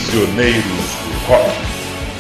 Prisioneiros do Rock.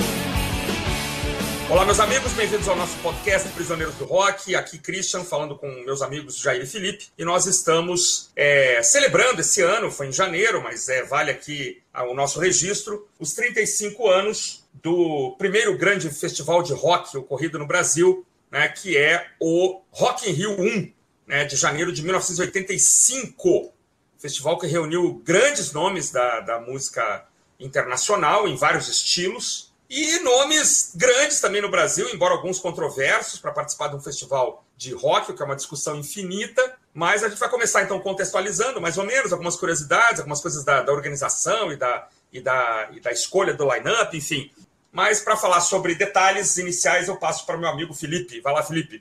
Olá, meus amigos, bem-vindos ao nosso podcast Prisioneiros do Rock. Aqui Christian, falando com meus amigos Jair e Felipe. E nós estamos celebrando esse ano, foi em janeiro, mas vale aqui o nosso registro, os 35 anos do primeiro grande festival de rock ocorrido no Brasil, né, que é o Rock in Rio 1, né, de janeiro de 1985. Festival que reuniu grandes nomes da música internacional, em vários estilos, e nomes grandes também no Brasil, embora alguns controversos, para participar de um festival de rock, o que é uma discussão infinita. Mas a gente vai começar, então, contextualizando, mais ou menos, algumas curiosidades, algumas coisas da organização e da escolha do line-up, enfim. Mas, para falar sobre detalhes iniciais, eu passo para o meu amigo Felipe. Vai lá, Felipe.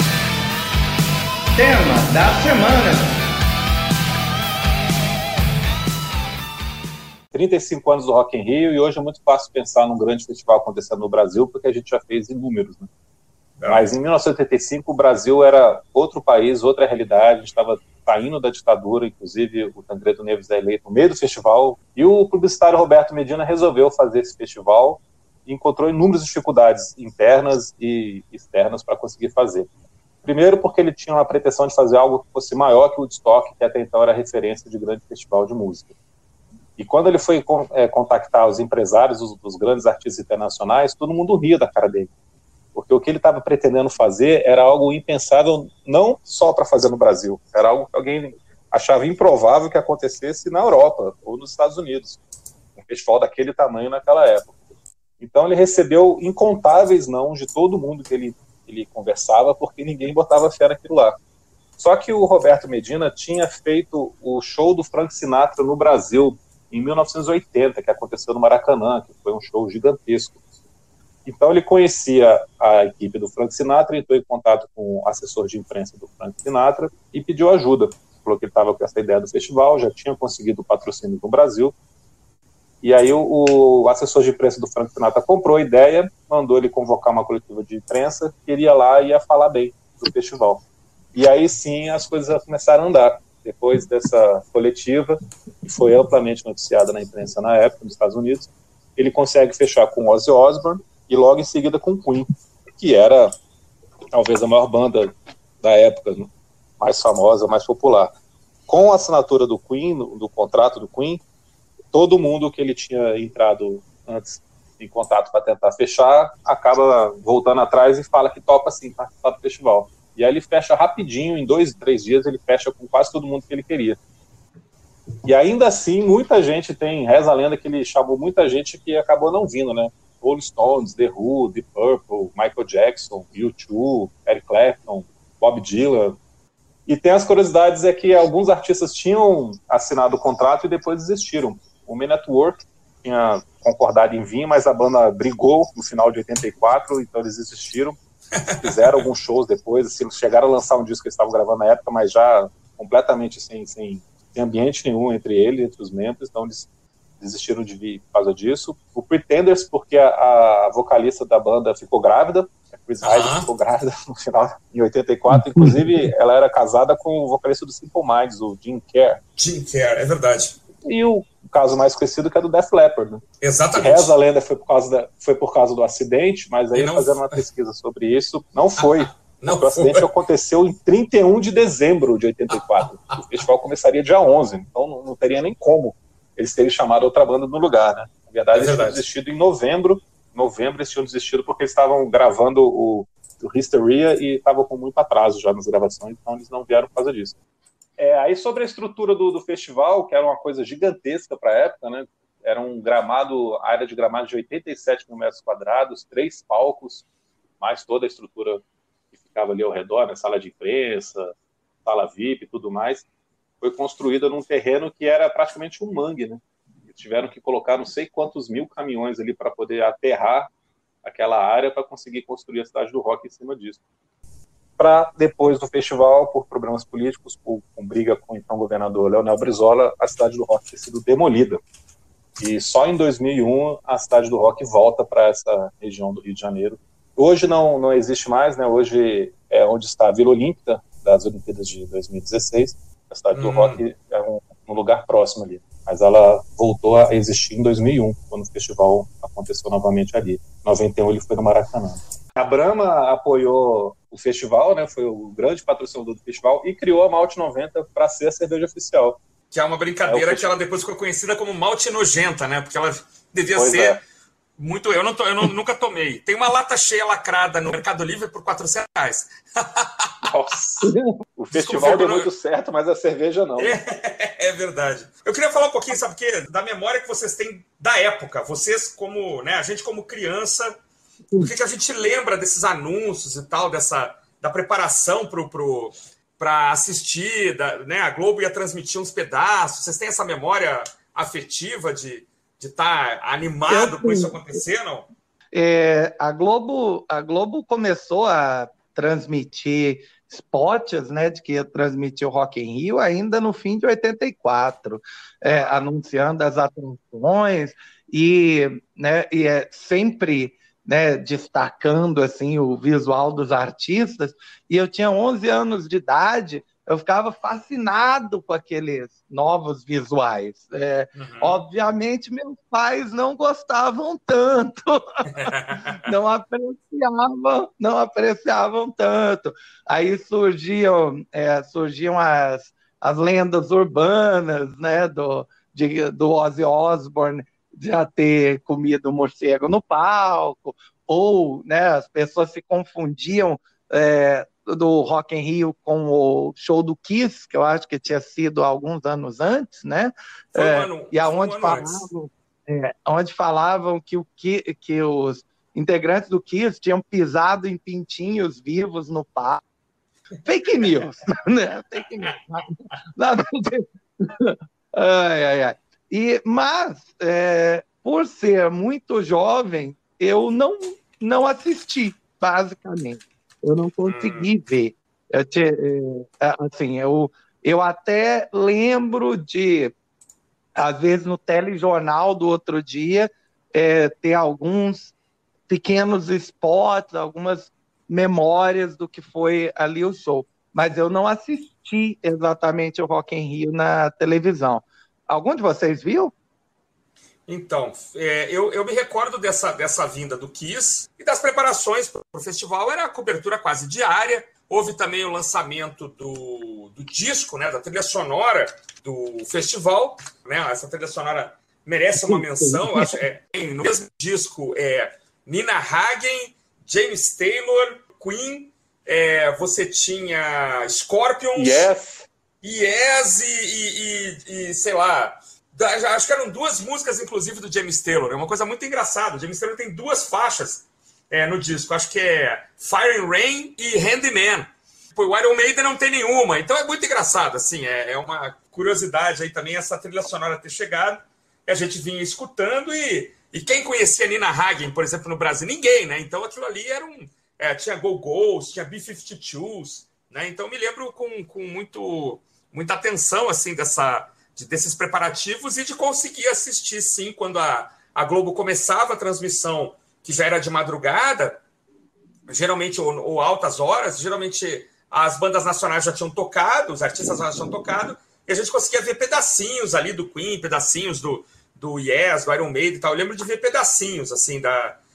Tema da semana. 35 anos do Rock in Rio, e hoje é muito fácil pensar num grande festival acontecendo no Brasil, porque a gente já fez inúmeros, né? Mas em 1985 o Brasil era outro país, outra realidade, a gente estava saindo da ditadura, inclusive o Tancredo Neves é eleito no meio do festival, e o publicitário Roberto Medina resolveu fazer esse festival e encontrou inúmeras dificuldades internas e externas para conseguir fazer. Primeiro porque ele tinha uma pretensão de fazer algo que fosse maior que o Woodstock, que até então era referência de grande festival de música. E quando ele foi contactar os empresários dos grandes artistas internacionais, todo mundo ria da cara dele. Porque o que ele estava pretendendo fazer era algo impensável, não só para fazer no Brasil, era algo que alguém achava improvável que acontecesse na Europa ou nos Estados Unidos. Um festival daquele tamanho naquela época. Então ele recebeu incontáveis não de todo mundo que ele conversava, porque ninguém botava fé naquilo lá. Só que o Roberto Medina tinha feito o show do Frank Sinatra no Brasil, em 1980, que aconteceu no Maracanã, que foi um show gigantesco. Então ele conhecia a equipe do Frank Sinatra, entrou em contato com o assessor de imprensa do Frank Sinatra e pediu ajuda. Falou que ele estava com essa ideia do festival, já tinha conseguido o patrocínio no Brasil. E aí o assessor de imprensa do Frank Sinatra comprou a ideia, mandou ele convocar uma coletiva de imprensa, que ele ia lá e ia falar bem do festival. E aí sim as coisas começaram a andar. Depois dessa coletiva, que foi amplamente noticiada na imprensa na época, nos Estados Unidos, ele consegue fechar com Ozzy Osbourne e logo em seguida com Queen, que era talvez a maior banda da época, mais famosa, mais popular. Com a assinatura do Queen, do contrato do Queen, todo mundo que ele tinha entrado antes em contato para tentar fechar, acaba voltando atrás e fala que topa sim participar do festival. E aí ele fecha rapidinho, em 2, 3 dias ele fecha com quase todo mundo que ele queria. E ainda assim, muita gente reza a lenda que ele chamou muita gente que acabou não vindo, né? Rolling Stones, The Who, The Purple, Michael Jackson, U2, Eric Clapton, Bob Dylan. E tem as curiosidades é que alguns artistas tinham assinado o contrato e depois desistiram. O Men at Work tinha concordado em vir, mas a banda brigou no final de 84, então eles desistiram. Fizeram alguns shows depois, assim, chegaram a lançar um disco que eles estavam gravando na época, mas já completamente sem ambiente nenhum entre os membros, então eles desistiram de vir por causa disso. O Pretenders, porque a vocalista da banda ficou grávida, a Chris Hyde ficou grávida no final, em 84, inclusive ela era casada com o vocalista do Simple Minds, o Jim Kerr. Jim Kerr, é verdade. E o caso mais conhecido que é do Def Leppard, né? Exatamente. Reza a lenda foi por causa do acidente, mas aí fazendo uma pesquisa sobre isso, não foi. O acidente aconteceu em 31 de dezembro de 84. O festival começaria dia 11, então não teria nem como eles terem chamado outra banda no lugar, né? Na verdade, eles tinham desistido em novembro. Eles tinham desistido porque eles estavam gravando o Hysteria e estavam com muito atraso já nas gravações, então eles não vieram por causa disso. Aí sobre a estrutura do festival, que era uma coisa gigantesca para a época, né? Era a área de gramado de 87 mil metros quadrados, 3 palcos, mais toda a estrutura que ficava ali ao redor, né? Sala de imprensa, sala VIP e tudo mais, foi construída num terreno que era praticamente um mangue, né? Eles tiveram que colocar não sei quantos mil caminhões ali para poder aterrar aquela área para conseguir construir a cidade do rock em cima disso. Para depois do festival, por problemas políticos, com briga com o então governador Leonel Brizola, a cidade do rock ter sido demolida. E só em 2001 a cidade do rock volta para essa região do Rio de Janeiro. Hoje não existe mais, né? Hoje é onde está a Vila Olímpica das Olimpíadas de 2016. A cidade do rock é um lugar próximo ali. mas ela voltou a existir em 2001, quando o festival aconteceu novamente ali. Em 91 ele foi no Maracanã. A Brahma apoiou o festival, né, foi o grande patrocinador do festival, e criou a Malte 90 para ser a cerveja oficial. Que é uma brincadeira que ela depois ficou conhecida como Malte Nojenta, né? Porque ela devia Pois ser é. muito... Eu nunca tomei. Tem uma lata cheia lacrada no Mercado Livre por R$400. Nossa, o festival deu muito certo, mas a cerveja não. É verdade. Eu queria falar um pouquinho, sabe o quê? Da memória que vocês têm da época. Vocês como, né, a gente como criança, o que a gente lembra desses anúncios e tal, da preparação para assistir, né? A Globo ia transmitir uns pedaços. Vocês têm essa memória afetiva de estar animado com isso acontecer, não? A Globo começou a transmitir spots, né, de que ia transmitir o Rock in Rio ainda no fim de 84, anunciando as atrações e sempre, né, destacando assim o visual dos artistas. E eu tinha 11 anos de idade, eu ficava fascinado com aqueles novos visuais. Obviamente, meus pais não gostavam tanto, não apreciavam tanto. Aí surgiam as lendas urbanas, né, do Ozzy Osbourne já ter comido morcego no palco, ou, né, as pessoas se confundiam do Rock in Rio com o show do Kiss, que eu acho que tinha sido alguns anos antes, né? Onde falavam que os integrantes do Kiss tinham pisado em pintinhos vivos no palco. Fake news, né? Fake news. Nada ai. Mas, por ser muito jovem, eu não assisti, basicamente. Eu não consegui ver. Eu até lembro de, às vezes, no telejornal do outro dia, ter alguns pequenos spots, algumas memórias do que foi ali o show. Mas eu não assisti exatamente o Rock in Rio na televisão. Algum de vocês viu? Então, eu me recordo dessa vinda do Kiss e das preparações para o festival. Era a cobertura quase diária. Houve também o lançamento do disco, né, da trilha sonora do festival. Né? Essa trilha sonora merece uma menção. Acho, no mesmo disco, Nina Hagen, James Taylor, Queen, você tinha Scorpions, Yes e sei lá... Acho que eram duas músicas, inclusive, do James Taylor. É uma coisa muito engraçada. O James Taylor tem duas faixas no disco. Acho que é Fire and Rain e Handyman. O Iron Maiden não tem nenhuma. Então é muito engraçado. Assim, é uma curiosidade aí também essa trilha sonora ter chegado. A gente vinha escutando e quem conhecia Nina Hagen, por exemplo, no Brasil? Ninguém, né? Então aquilo ali era tinha Go-Go's, tinha B-52s. Né? Então me lembro com muita atenção assim, desses preparativos e de conseguir assistir, sim, quando a Globo começava a transmissão, que já era de madrugada, geralmente, ou altas horas, geralmente as bandas nacionais já tinham tocado, os artistas já tinham tocado, e a gente conseguia ver pedacinhos ali do Queen, pedacinhos do Yes, do Iron Maiden e tal. Eu lembro de ver pedacinhos, assim,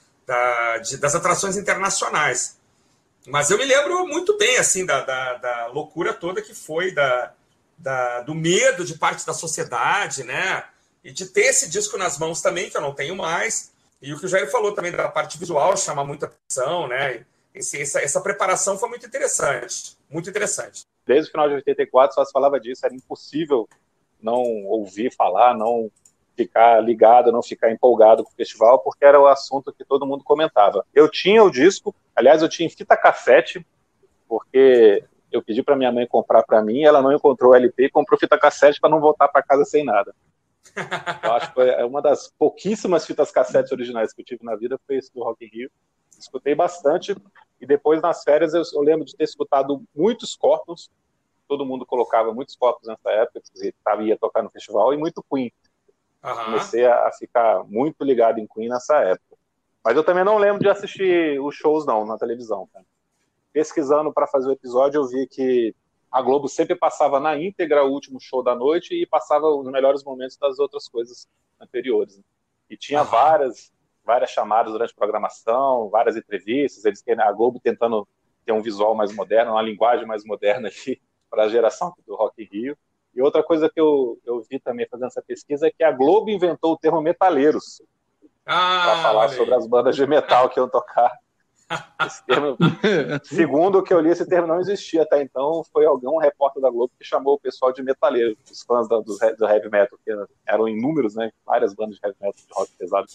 das atrações internacionais. Mas eu me lembro muito bem, assim, da loucura toda que foi, do medo de parte da sociedade, né? E de ter esse disco nas mãos também, que eu não tenho mais. E o que o Jair falou também da parte visual chama muita atenção, né? Essa preparação foi muito interessante. Muito interessante. Desde o final de 84 só se falava disso, era impossível não ouvir falar, não ficar ligado, não ficar empolgado com o festival, porque era o assunto que todo mundo comentava. Eu tinha o disco, aliás, eu tinha em fita cassete, porque... eu pedi para minha mãe comprar para mim, ela não encontrou o LP e comprou fita cassete para não voltar para casa sem nada. Eu acho que foi uma das pouquíssimas fitas cassete originais que eu tive na vida, foi esse do Rock in Rio. Escutei bastante, e depois nas férias eu lembro de ter escutado muitos Scorpions, todo mundo colocava muitos Scorpions nessa época, que ia tocar no festival, e muito Queen. Comecei a ficar muito ligado em Queen nessa época. Mas eu também não lembro de assistir os shows não, na televisão, cara. Pesquisando para fazer o episódio, eu vi que a Globo sempre passava na íntegra o último show da noite e passava os melhores momentos das outras coisas anteriores. Né? E tinha várias chamadas durante a programação, várias entrevistas, a Globo tentando ter um visual mais moderno, uma linguagem mais moderna aqui para a geração do Rock in Rio. E outra coisa que eu vi também fazendo essa pesquisa é que a Globo inventou o termo metaleiros para falar sobre as bandas de metal que iam tocar. Esse termo, segundo o que eu li, esse termo não existia até então. Foi algum repórter da Globo que chamou o pessoal de metaleiro, os fãs do heavy metal, que eram inúmeros, né? Várias bandas de heavy metal, de rock pesado.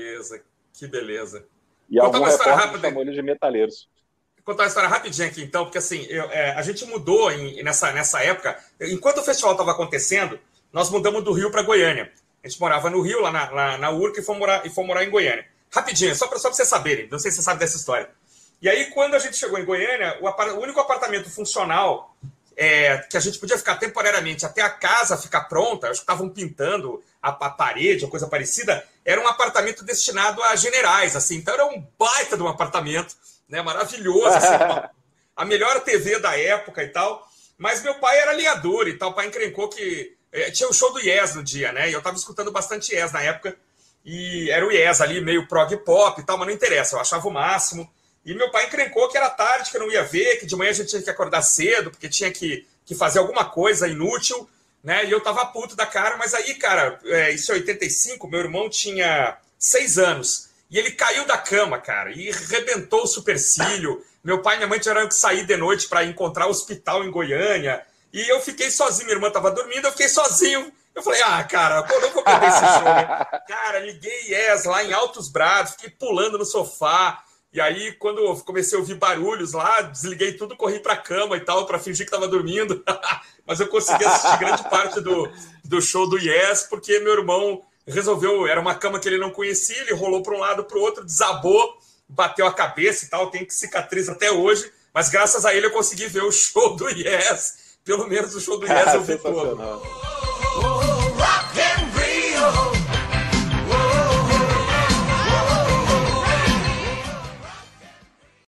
Que beleza. E algum repórter chamou eles de metaleiros. Vou contar uma história rapidinha aqui, então, porque assim, a gente mudou nessa época. Enquanto o festival estava acontecendo, nós mudamos do Rio para Goiânia. A gente morava no Rio, lá na Urca, e fomos morar em Goiânia. Rapidinho, só para vocês saberem, não sei se você sabe dessa história. E aí, quando a gente chegou em Goiânia, o único apartamento funcional que a gente podia ficar temporariamente até a casa ficar pronta, acho que estavam pintando a parede ou coisa parecida, era um apartamento destinado a generais, assim. Então era um baita de um apartamento, né, maravilhoso, assim, a melhor TV da época e tal. Mas meu pai era alinhador e tal, o pai encrencou que tinha o show do Yes no dia, né? E eu tava escutando bastante Yes na época. E era o Yes ali, meio prog pop e tal, mas não interessa, eu achava o máximo. E meu pai encrencou que era tarde, que eu não ia ver, que de manhã a gente tinha que acordar cedo, porque tinha que fazer alguma coisa inútil, né? E eu tava puto da cara, mas aí, cara, isso é 85, meu irmão tinha 6 anos. E ele caiu da cama, cara, e rebentou o supercílio. Meu pai e minha mãe tiveram que sair de noite para encontrar o hospital em Goiânia. E eu fiquei sozinho, minha irmã tava dormindo, eu fiquei sozinho. Eu falei, cara, pô, não vou perder esse show, né? Cara, liguei Yes lá em altos brados, fiquei pulando no sofá. E aí, quando eu comecei a ouvir barulhos lá, desliguei tudo, corri pra cama e tal, pra fingir que tava dormindo. Mas eu consegui assistir grande parte do show do Yes, porque meu irmão resolveu, era uma cama que ele não conhecia, ele rolou para um lado para o outro, desabou, bateu a cabeça e tal, tem cicatriz até hoje, mas graças a ele eu consegui ver o show do Yes, pelo menos o show do Yes eu vi todo.